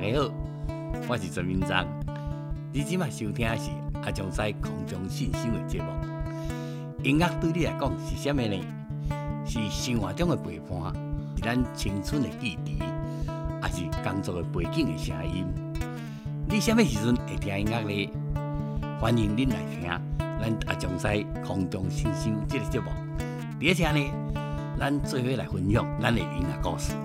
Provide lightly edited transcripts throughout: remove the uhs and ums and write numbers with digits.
家好，我是陈明章。你即马收听的是阿中西空中信箱的节目。音乐对你来讲是啥物呢？是生活中的陪伴，是咱青春的记忆，还是工作的背景的声音？你啥物时阵会听音乐呢？欢迎恁来听咱阿中西空中信箱这个节目。伫遮呢，咱做伙来分享咱的音乐故事。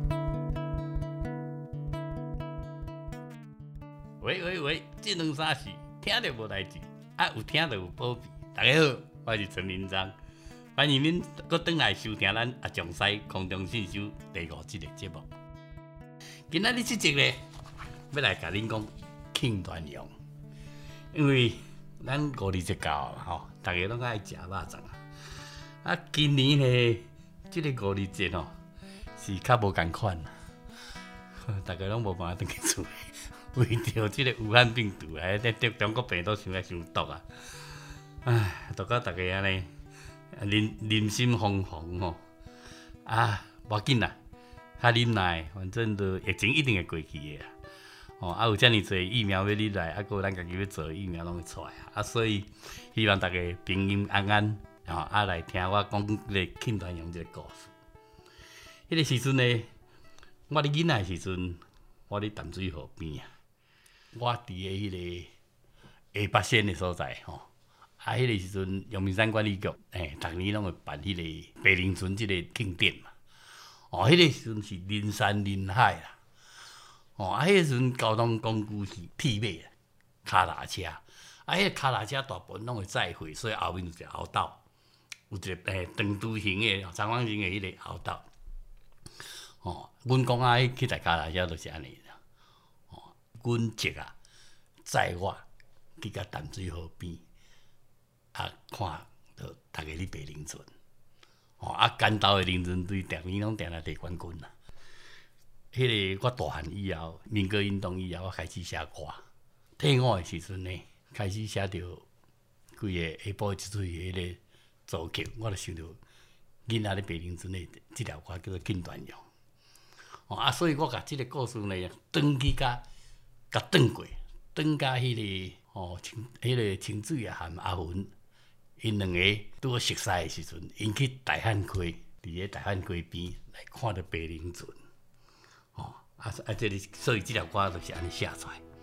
喂，这两三事听着无代志，有听着有保庇。大家好，我是陈明章，欢迎恁搁转来收听咱阿中西空中信箱第5集的节目。今仔日这集呢，要来甲恁讲庆团阳，因为咱5日节到了吼，大家拢爱食肉粽啊。今年呢，这个5日节吼是较无共款，大家拢无办法回去厝。为着即个武汉病毒，在中国病毒伤毒啊！唉，都到大家安尼人心惶惶吼无要紧啦，较忍耐，反正都疫情一定会过去的啦。有遮尔侪疫苗要入来，还有咱家己要做的疫苗拢会出来所以希望大家平平安安来听我讲这个庆团阳这个故事。迄个时阵呢，我伫囡仔的时阵，我伫淡水河边我伫个迄个下北线的所在迄个时阵阳明山管理局逐年拢会办迄个白林村即个庆典嘛。迄个时阵是人山人海啦。迄个时阵交通工具是铁马脚踏车，迄个脚踏车大部分拢会载货，所以后面有一个后斗，有一个长柱形的长方形的迄个后斗。阮公仔去台脚踏车就是安尼。阮叔载我去到淡水河边看到大家咧爬林船干豆的林船队逐年拢定来得冠军啦。迄个我大汉以后，民国运动以后，我开始写歌。退伍的时阵呢，开始写着几个下晡一水迄个组曲，我就想到囡仔咧爬林船的即条歌叫做《庆团阳》所以我甲即个故事呢，转去甲转过，转甲迄个清水含阿云，因两个拄好熟悉的时阵，因去大汉溪，伫个大汉溪边来看到白灵船，所以即条歌就是安尼写出来。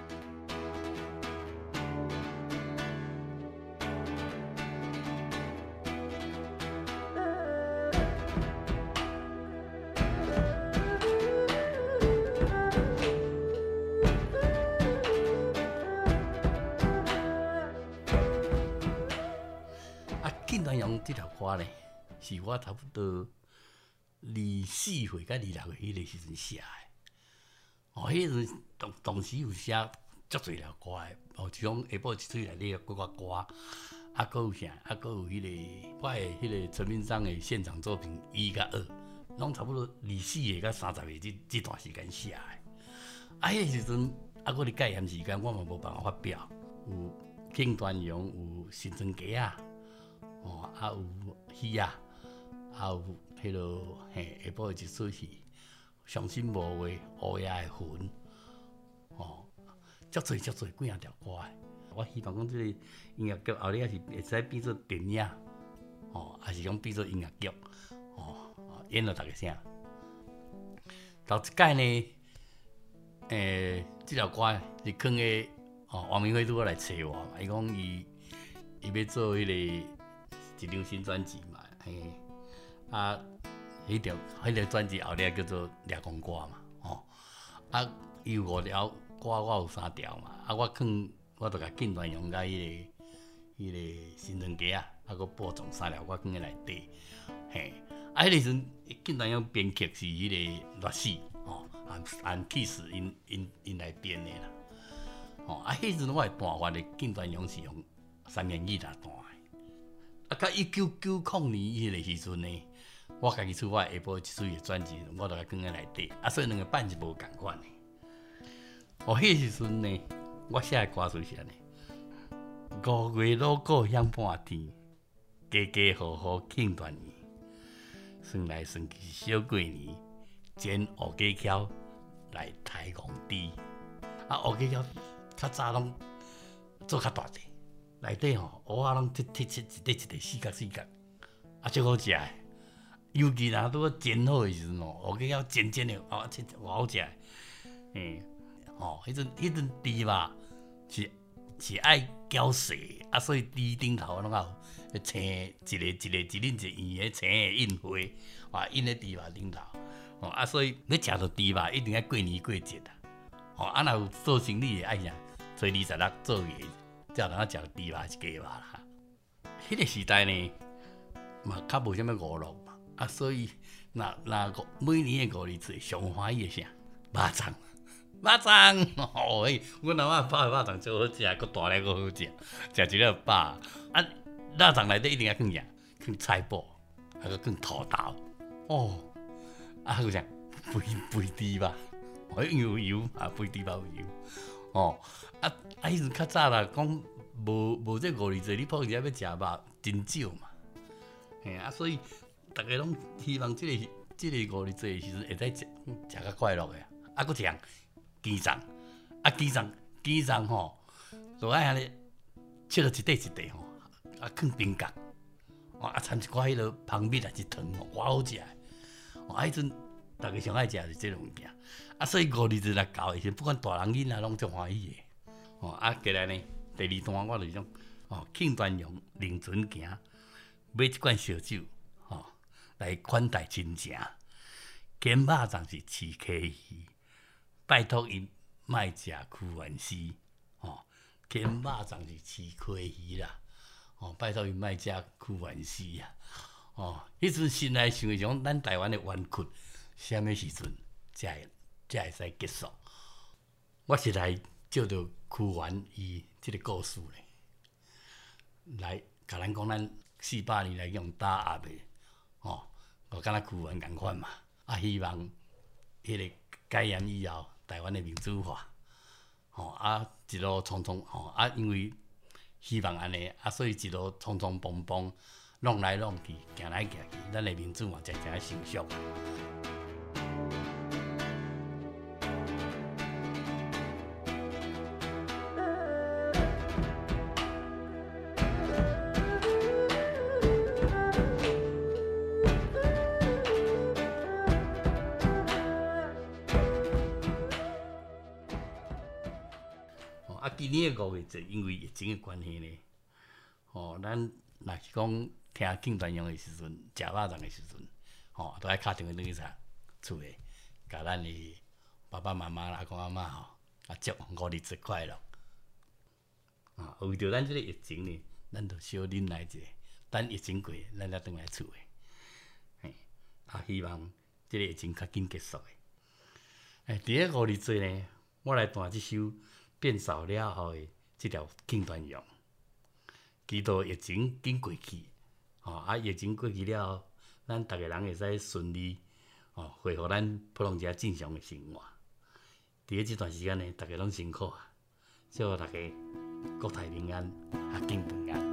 庆团阳这条歌呢，是我差不多24岁到26岁迄个时阵写的。迄个时阵同时有写足侪条歌的，像下晡一水内底几个歌，搁有啥，搁有迄个我的迄个陈明章的现场作品1甲2，拢差不多24岁到30岁这段时间写的。迄个时阵我伫戒严时间，我嘛无办法发表，有庆团阳，有新春鸡有鱼有迄落下晡的一出戏，伤心无话，乌鸦的魂，足侪几啊条歌的。我希望讲即个音乐剧后日是会使变做电影，还是讲变做音乐剧，演互大家听。头一届呢，即条歌是放个王明辉拄好来找我嘛，伊讲伊要做迄个一张新专辑嘛，迄条专辑后日叫做《掠光歌》嘛，伊有5条歌，我有3条嘛，我就甲庆团阳甲迄个新春鸡搁播种3条我放在内底，迄个时阵庆团阳编曲是迄个乐视按 Kiss 因来编的啦，迄时阵我的弹法的庆团阳是用3弦吉他弹的。到1990年迄个时阵呢，我家己出我下晡一水的专辑，我就甲放在内底，所以两个版是无共款的。迄个时阵呢，我写的歌词是安尼：5月路过响半天，家家户户庆团圆，算来算去小过年，前乌家桥来抬戆猪。啊，乌鸡鸟较早拢做较大只，内底吼蚵仔拢剔一个四角，啊，足好食诶。尤其若拄好煎好诶时阵吼，乌鸡鸟煎诶，哦，切偌好食诶。吼，迄阵猪肉是爱搅细，啊，所以猪顶头拢有青一恁一圆诶青诶印花，哇，印咧猪肉顶头。哦，啊，所以要食到猪肉一定要过年过节啊。哦，啊，若有做生意诶，爱啥？初26做月，才有通食猪肉一家肉啦。迄个时代呢，嘛较无啥物娱乐嘛，啊，所以那每年诶5日节上欢喜诶啥？肉粽。哦嘿，阮阿嬷包诶肉粽最好食，佮大粒佮好食，食一粒饱。啊，肉粽内底一定要放啥？放菜脯，啊，佮放土豆。哦，啊，还有啥？肥猪肉，哦，有油啊，肥猪肉有油。哦，啊，迄阵较早啦，讲无这5日节，你普遍要食肉真少嘛。嘿啊，所以大家拢希望这个5日节时阵会使食较快乐诶。啊，佮一样。鸡粽，啊鸡粽吼，就爱安尼切到一块吼，啊放冰角，啊掺一寡迄落芳米啊一汤吼，偌好食。啊，迄阵大家上爱食是即种物件，啊所以5日节来到的时，不管大人囡仔拢足欢喜的。哦，啊，过来呢，第2段我就是种，哦，庆端阳凌船行，买一罐烧酒，哦，来款待亲情。煎肉粽是饲溪鱼。拜托伊莫食屈原丝，吼，煎肉粽是饲溪鱼啦，吼，拜托伊莫食屈原丝啊，吼，迄阵心内想讲，咱台湾的冤屈，啥物时阵才会使结束？我是来照着屈原伊即个故事咧，来甲咱讲咱400年来用打压的，吼，就敢若屈原共款嘛，啊，希望迄个改严以后。台湾的民主化，吼啊，一路匆匆吼啊，因为希望安尼啊，所以一路匆匆忙忙，弄来弄去，行来行去，咱的民主嘛渐渐成熟。今年的5月节，因为疫情的关系呢，吼，咱若是讲听庆端阳的时阵，食肉粽的时阵，吼，都爱敲电话转去厝诶，甲咱的爸爸妈妈、阿公阿嬷吼，啊祝5日节快乐。啊，为着咱即个疫情呢，咱着小忍耐者，等疫情过，咱才转来厝诶。嘿，啊，希望即个疫情较紧结束诶。伫个5日节呢，我来弹即首。变少了后的这条庆端阳，祈祷疫情紧过去，吼啊！疫情过去了后，咱逐个人会使顺利，吼恢复咱普通遮正常的生活。伫个这段时间呢，逐个拢辛苦啊！祝大家国泰民安，学境平安。